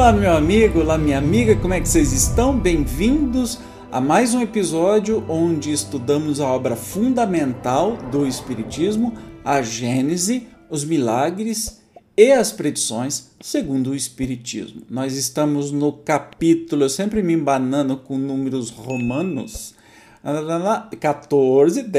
Olá, meu amigo, olá, minha amiga, como é que vocês estão? Bem-vindos a mais um episódio onde estudamos a obra fundamental do Espiritismo, a Gênese, os milagres e as predições segundo o Espiritismo. Nós estamos no capítulo, eu sempre me embanando com números romanos, 14,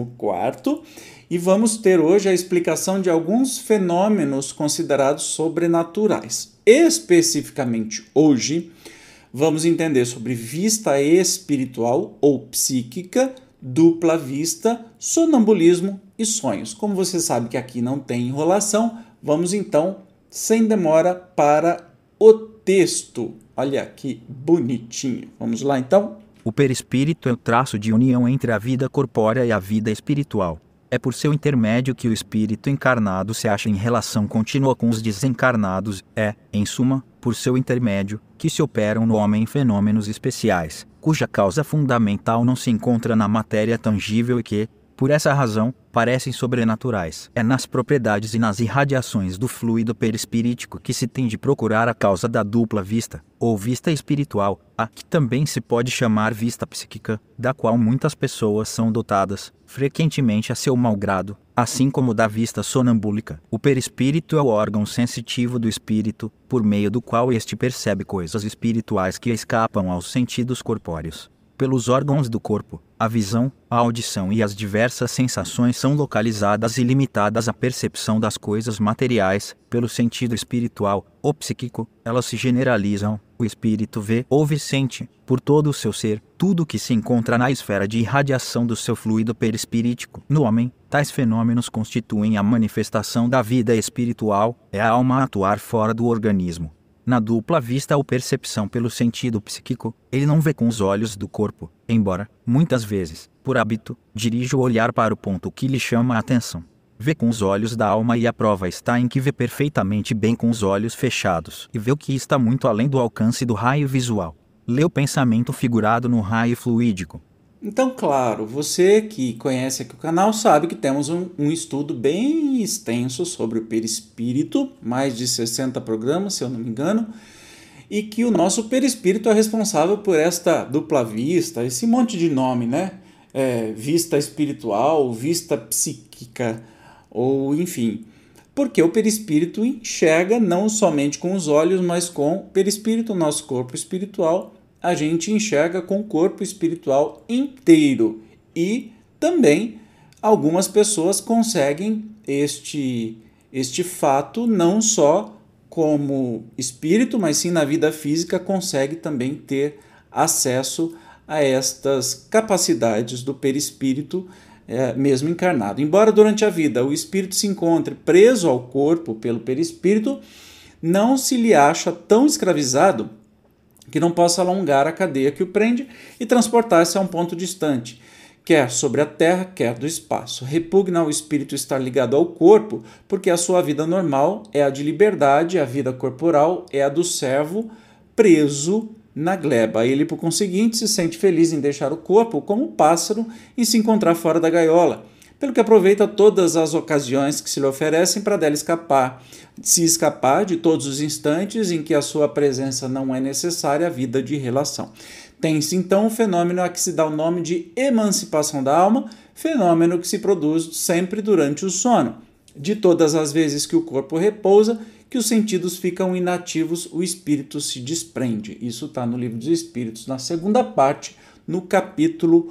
14, e vamos ter hoje a explicação de alguns fenômenos considerados sobrenaturais. Especificamente hoje, vamos entender sobre vista espiritual ou psíquica, dupla vista, sonambulismo e sonhos. Como você sabe que aqui não tem enrolação, vamos então, sem demora, para o texto. Olha que bonitinho. Vamos lá então? O perispírito é o traço de união entre a vida corpórea e a vida espiritual. É por seu intermédio que o espírito encarnado se acha em relação contínua com os desencarnados. É, em suma, por seu intermédio, que se operam no homem fenômenos especiais, cuja causa fundamental não se encontra na matéria tangível e que, por essa razão, parecem sobrenaturais. É nas propriedades e nas irradiações do fluido perispirítico que se tem de procurar a causa da dupla vista, ou vista espiritual, a que também se pode chamar vista psíquica, da qual muitas pessoas são dotadas, frequentemente a seu mau grado, assim como da vista sonambúlica. O perispírito é o órgão sensitivo do espírito, por meio do qual este percebe coisas espirituais que escapam aos sentidos corpóreos. Pelos órgãos do corpo, a visão, a audição e as diversas sensações são localizadas e limitadas à percepção das coisas materiais. Pelo sentido espiritual, ou psíquico, elas se generalizam. O espírito vê, ouve e sente, por todo o seu ser, tudo que se encontra na esfera de irradiação do seu fluido perispirítico. No homem, tais fenômenos constituem a manifestação da vida espiritual, é a alma a atuar fora do organismo. Na dupla vista ou percepção pelo sentido psíquico, ele não vê com os olhos do corpo, embora, muitas vezes, por hábito, dirija o olhar para o ponto que lhe chama a atenção. Vê com os olhos da alma e a prova está em que vê perfeitamente bem com os olhos fechados e vê o que está muito além do alcance do raio visual. Lê o pensamento figurado no raio fluídico. Então, claro, você que conhece aqui o canal sabe que temos um estudo bem extenso sobre o perispírito, mais de 60 programas, se eu não me engano, e que o nosso perispírito é responsável por esta dupla vista, esse monte de nome, né? Vista espiritual, vista psíquica, ou enfim. Porque o perispírito enxerga não somente com os olhos, mas com o perispírito, o nosso corpo espiritual, a gente enxerga com o corpo espiritual inteiro. E também algumas pessoas conseguem este fato não só como espírito, mas sim na vida física consegue também ter acesso a estas capacidades do perispírito mesmo encarnado. Embora durante a vida o espírito se encontre preso ao corpo pelo perispírito, não se lhe acha tão escravizado que não possa alongar a cadeia que o prende e transportar-se a um ponto distante, quer sobre a terra, quer do espaço. Repugna ao espírito estar ligado ao corpo, porque a sua vida normal é a de liberdade, a vida corporal é a do servo preso na gleba. Ele, por conseguinte, se sente feliz em deixar o corpo como um pássaro e se encontrar fora da gaiola, pelo que aproveita todas as ocasiões que se lhe oferecem para dela se escapar de todos os instantes em que a sua presença não é necessária à vida de relação. Tem-se então o fenômeno a que se dá o nome de emancipação da alma, fenômeno que se produz sempre durante o sono. De todas as vezes que o corpo repousa, que os sentidos ficam inativos, o espírito se desprende. Isso está no Livro dos Espíritos, na segunda parte, no capítulo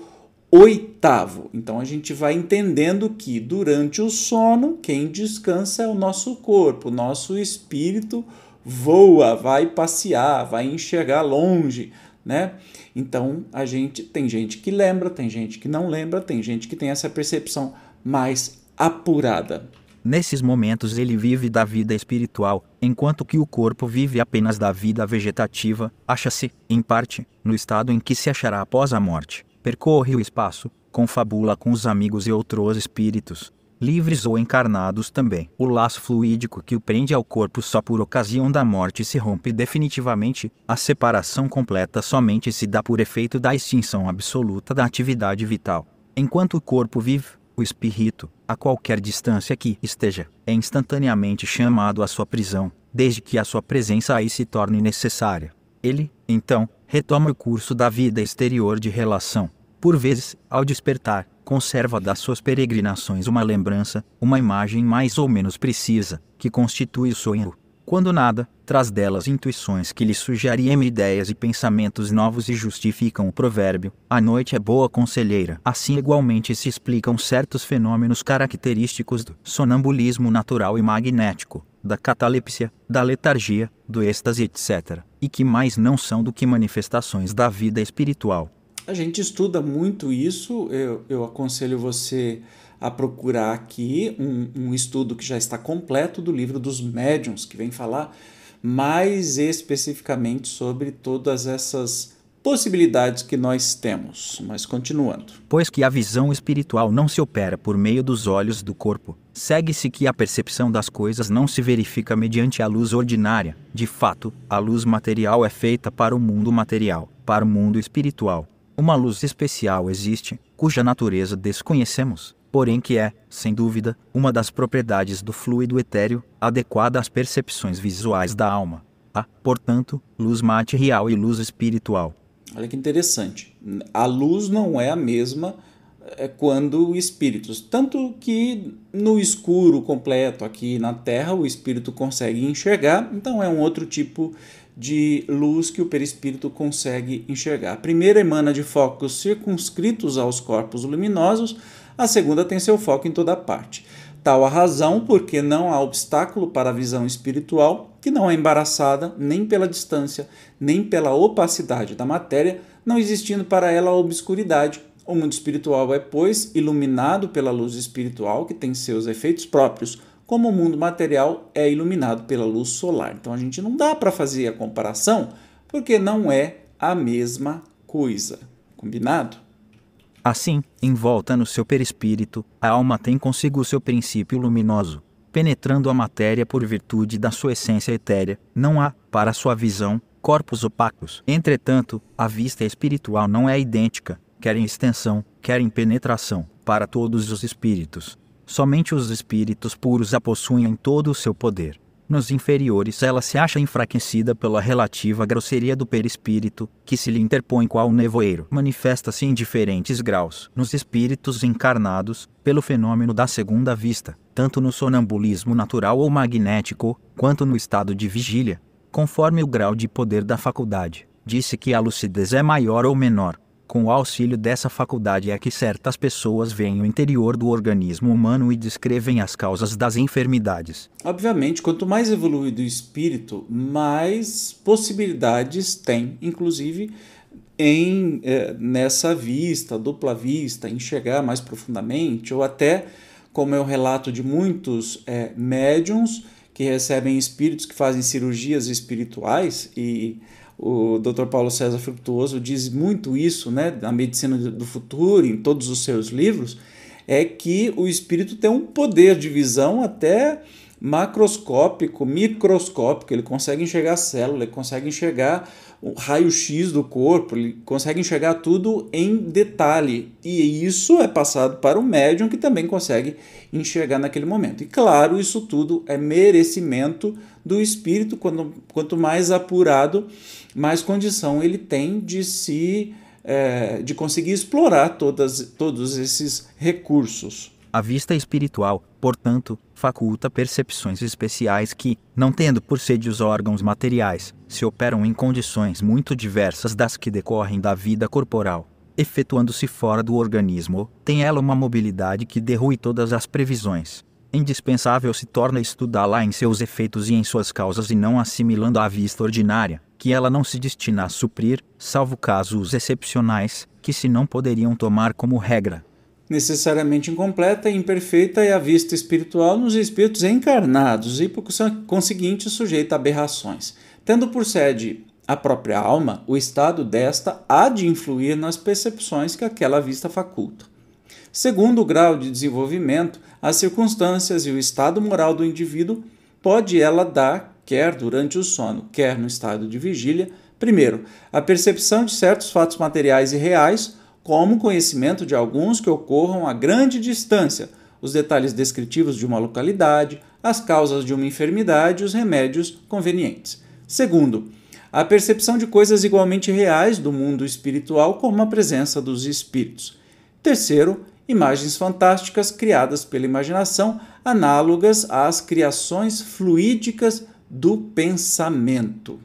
8º. Então a gente vai entendendo que durante o sono, quem descansa é o nosso corpo, o nosso espírito voa, vai passear, vai enxergar longe, né? Então tem gente que lembra, tem gente que não lembra, tem gente que tem essa percepção mais apurada. Nesses momentos ele vive da vida espiritual, enquanto que o corpo vive apenas da vida vegetativa, acha-se, em parte, no estado em que se achará após a morte. Percorre o espaço, confabula com os amigos e outros espíritos, livres ou encarnados também. O laço fluídico que o prende ao corpo só por ocasião da morte se rompe definitivamente. A separação completa somente se dá por efeito da extinção absoluta da atividade vital. Enquanto o corpo vive, o espírito, a qualquer distância que esteja, é instantaneamente chamado à sua prisão, desde que a sua presença aí se torne necessária. Ele, então, retoma o curso da vida exterior de relação. Por vezes, ao despertar, conserva das suas peregrinações uma lembrança, uma imagem mais ou menos precisa, que constitui o sonho. Quando nada, traz delas intuições que lhe sugerem ideias e pensamentos novos e justificam o provérbio: a noite é boa conselheira. Assim igualmente se explicam certos fenômenos característicos do sonambulismo natural e magnético, da catalepsia, da letargia, do êxtase, etc., e que mais não são do que manifestações da vida espiritual. A gente estuda muito isso, eu aconselho você a procurar aqui um estudo que já está completo do livro dos médiuns, que vem falar mais especificamente sobre todas essas possibilidades que nós temos. Mas continuando. Pois que a visão espiritual não se opera por meio dos olhos do corpo, segue-se que a percepção das coisas não se verifica mediante a luz ordinária. De fato, a luz material é feita para o mundo material, para o mundo espiritual. Uma luz especial existe, cuja natureza desconhecemos, porém que é, sem dúvida, uma das propriedades do fluido etéreo, adequada às percepções visuais da alma. Há, portanto, luz material e luz espiritual. Olha que interessante. A luz não é a mesma quando espíritos. Tanto que no escuro completo aqui na Terra o espírito consegue enxergar, então é um outro tipo de luz que o perispírito consegue enxergar. A primeira emana de focos circunscritos aos corpos luminosos, a segunda tem seu foco em toda parte. Tal a razão porque não há obstáculo para a visão espiritual, que não é embaraçada nem pela distância, nem pela opacidade da matéria, não existindo para ela a obscuridade. O mundo espiritual é, pois, iluminado pela luz espiritual, que tem seus efeitos próprios, como o mundo material é iluminado pela luz solar. Então a gente não dá para fazer a comparação, porque não é a mesma coisa. Combinado? Assim, envolta no seu perispírito, a alma tem consigo o seu princípio luminoso. Penetrando a matéria por virtude da sua essência etérea, não há, para sua visão, corpos opacos. Entretanto, a vista espiritual não é idêntica, quer em extensão, quer em penetração, para todos os espíritos. Somente os espíritos puros a possuem em todo o seu poder. Nos inferiores ela se acha enfraquecida pela relativa grosseria do perispírito, que se lhe interpõe qual nevoeiro. Manifesta-se em diferentes graus. Nos espíritos encarnados, pelo fenômeno da segunda vista, tanto no sonambulismo natural ou magnético, quanto no estado de vigília, conforme o grau de poder da faculdade. Disse que a lucidez é maior ou menor. Com o auxílio dessa faculdade é que certas pessoas veem o interior do organismo humano e descrevem as causas das enfermidades. Obviamente, quanto mais evoluído o espírito, mais possibilidades tem, inclusive nessa vista, dupla vista, enxergar mais profundamente, ou até, como é o relato de muitos médiuns que recebem espíritos que fazem cirurgias espirituais, e o Dr. Paulo César Frutuoso diz muito isso, né, na Medicina do Futuro, em todos os seus livros, é que o espírito tem um poder de visão até macroscópico, microscópico, ele consegue enxergar a célula, ele consegue enxergar o raio-x do corpo, ele consegue enxergar tudo em detalhe, e isso é passado para o médium que também consegue enxergar naquele momento. E claro, isso tudo é merecimento do espírito, quanto mais apurado, mais condição ele tem de conseguir explorar todos esses recursos. A vista espiritual, portanto, faculta percepções especiais que, não tendo por sede os órgãos materiais, se operam em condições muito diversas das que decorrem da vida corporal. Efetuando-se fora do organismo, tem ela uma mobilidade que derrui todas as previsões. Indispensável se torna estudá-la em seus efeitos e em suas causas e não assimilando à vista ordinária, que ela não se destina a suprir, salvo casos excepcionais, que se não poderiam tomar como regra. Necessariamente incompleta e imperfeita é a vista espiritual nos espíritos encarnados e, por conseguinte, sujeita a aberrações. Tendo por sede a própria alma, o estado desta há de influir nas percepções que aquela vista faculta. Segundo o grau de desenvolvimento, as circunstâncias e o estado moral do indivíduo pode ela dar, quer durante o sono, quer no estado de vigília, primeiro, a percepção de certos fatos materiais e reais, como o conhecimento de alguns que ocorram a grande distância, os detalhes descritivos de uma localidade, as causas de uma enfermidade e os remédios convenientes. Segundo, a percepção de coisas igualmente reais do mundo espiritual, como a presença dos espíritos. Terceiro, imagens fantásticas criadas pela imaginação, análogas às criações fluídicas do pensamento.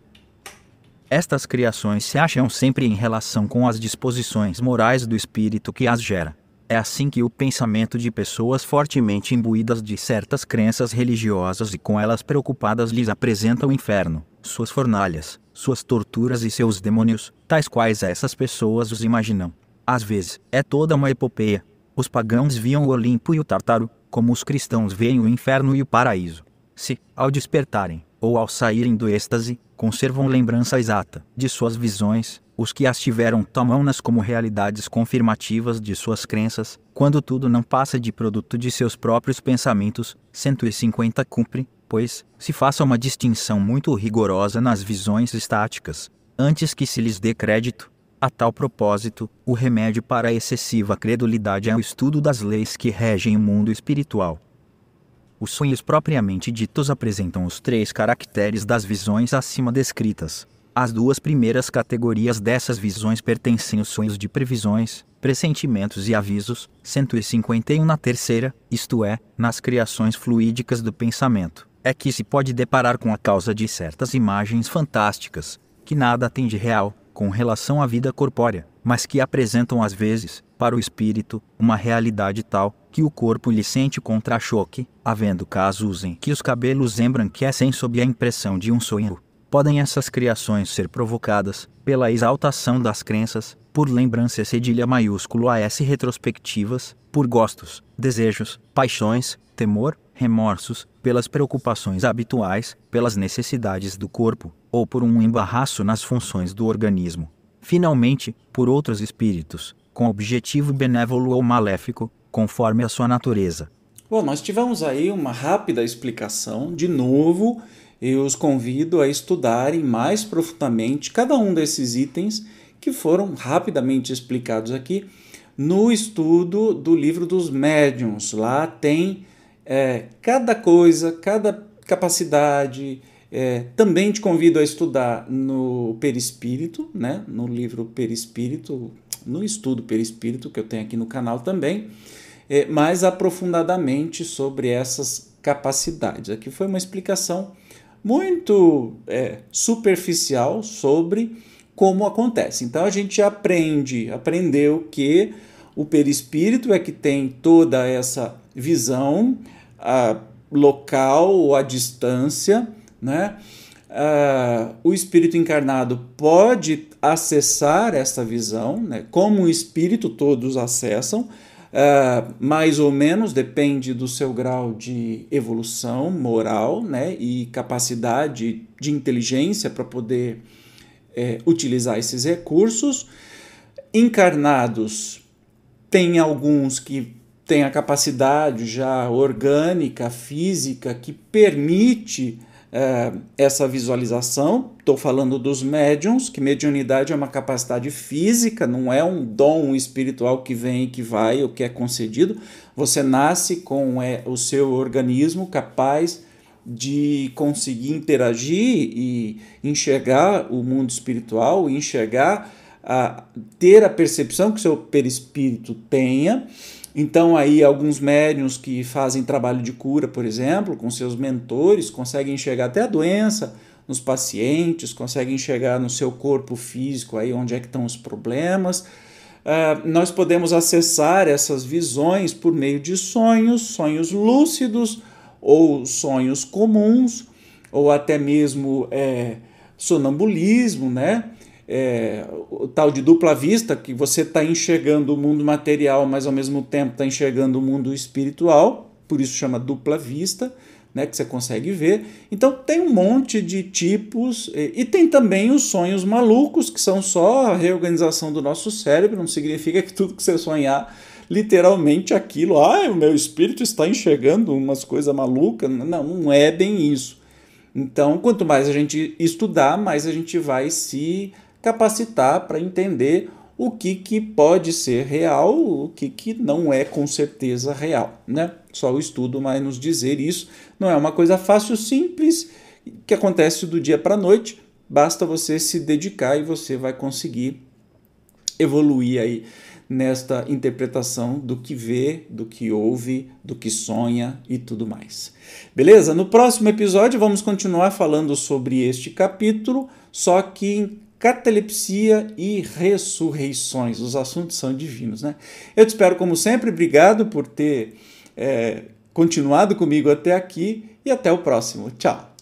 Estas criações se acham sempre em relação com as disposições morais do espírito que as gera. É assim que o pensamento de pessoas fortemente imbuídas de certas crenças religiosas e com elas preocupadas lhes apresenta o inferno, suas fornalhas, suas torturas e seus demônios, tais quais essas pessoas os imaginam. Às vezes, é toda uma epopeia. Os pagãos viam o Olimpo e o Tártaro, como os cristãos veem o inferno e o paraíso. Se, ao despertarem, ou ao saírem do êxtase, conservam lembrança exata de suas visões, os que as tiveram tomam-nas como realidades confirmativas de suas crenças, quando tudo não passa de produto de seus próprios pensamentos. 150 Cumpre, pois, se faça uma distinção muito rigorosa nas visões estáticas, antes que se lhes dê crédito. A tal propósito, o remédio para a excessiva credulidade é o estudo das leis que regem o mundo espiritual. Os sonhos propriamente ditos apresentam os 3 caracteres das visões acima descritas. As 2 primeiras categorias dessas visões pertencem aos sonhos de previsões, pressentimentos e avisos. 151 Na terceira, isto é, nas criações fluídicas do pensamento, é que se pode deparar com a causa de certas imagens fantásticas, que nada têm de real com relação à vida corpórea, mas que apresentam às vezes, para o espírito, uma realidade tal que o corpo lhe sente contra-choque, havendo casos em que os cabelos embranquecem sob a impressão de um sonho. Podem essas criações ser provocadas pela exaltação das crenças, por lembrança cedilha maiúsculo AS retrospectivas, por gostos, desejos, paixões, temor, remorsos, pelas preocupações habituais, pelas necessidades do corpo, ou por um embaraço nas funções do organismo. Finalmente, por outros espíritos, com objetivo benévolo ou maléfico, conforme a sua natureza. Bom, nós tivemos aí uma rápida explicação. De novo, eu os convido a estudarem mais profundamente cada um desses itens que foram rapidamente explicados aqui no estudo do livro dos médiuns. Lá tem cada coisa, cada capacidade. Também te convido a estudar no Perispírito, né? No livro Perispírito, no estudo Perispírito, que eu tenho aqui no canal também, mais aprofundadamente sobre essas capacidades. Aqui foi uma explicação muito superficial sobre como acontece. Então a gente aprendeu que o perispírito é que tem toda essa visão local ou à distância, né? O espírito encarnado pode acessar essa visão, né? Como o espírito todos acessam, mais ou menos, depende do seu grau de evolução moral, né? E capacidade de inteligência para poder utilizar esses recursos. Encarnados, tem alguns que têm a capacidade já orgânica, física, que permite essa visualização. Estou falando dos médiuns, que mediunidade é uma capacidade física, não é um dom espiritual que vem e que vai, ou que é concedido. Você nasce com o seu organismo capaz de conseguir interagir e enxergar o mundo espiritual, enxergar, ter a percepção que o seu perispírito tenha. Então aí alguns médiuns que fazem trabalho de cura, por exemplo, com seus mentores, conseguem enxergar até a doença nos pacientes, conseguem enxergar no seu corpo físico aí onde é que estão os problemas. Nós podemos acessar essas visões por meio de sonhos lúcidos, ou sonhos comuns, ou até mesmo sonambulismo, né? O tal de dupla vista, que você está enxergando o mundo material, mas ao mesmo tempo está enxergando o mundo espiritual, por isso chama dupla vista, né? Que você consegue ver. Então tem um monte de tipos, e tem também os sonhos malucos, que são só a reorganização do nosso cérebro. Não significa que tudo que você sonhar literalmente aquilo, o meu espírito está enxergando umas coisas malucas. Não é bem isso. Então, quanto mais a gente estudar, mais a gente vai se capacitar para entender o que pode ser real, o que não é com certeza real, né? Só o estudo vai nos dizer isso. Não é uma coisa fácil, simples, que acontece do dia para a noite. Basta você se dedicar e você vai conseguir evoluir aí nesta interpretação do que vê, do que ouve, do que sonha e tudo mais. Beleza? No próximo episódio vamos continuar falando sobre este capítulo, só que em catalepsia e ressurreições. Os assuntos são divinos, né? Eu te espero como sempre, obrigado por ter continuado comigo até aqui e até o próximo. Tchau!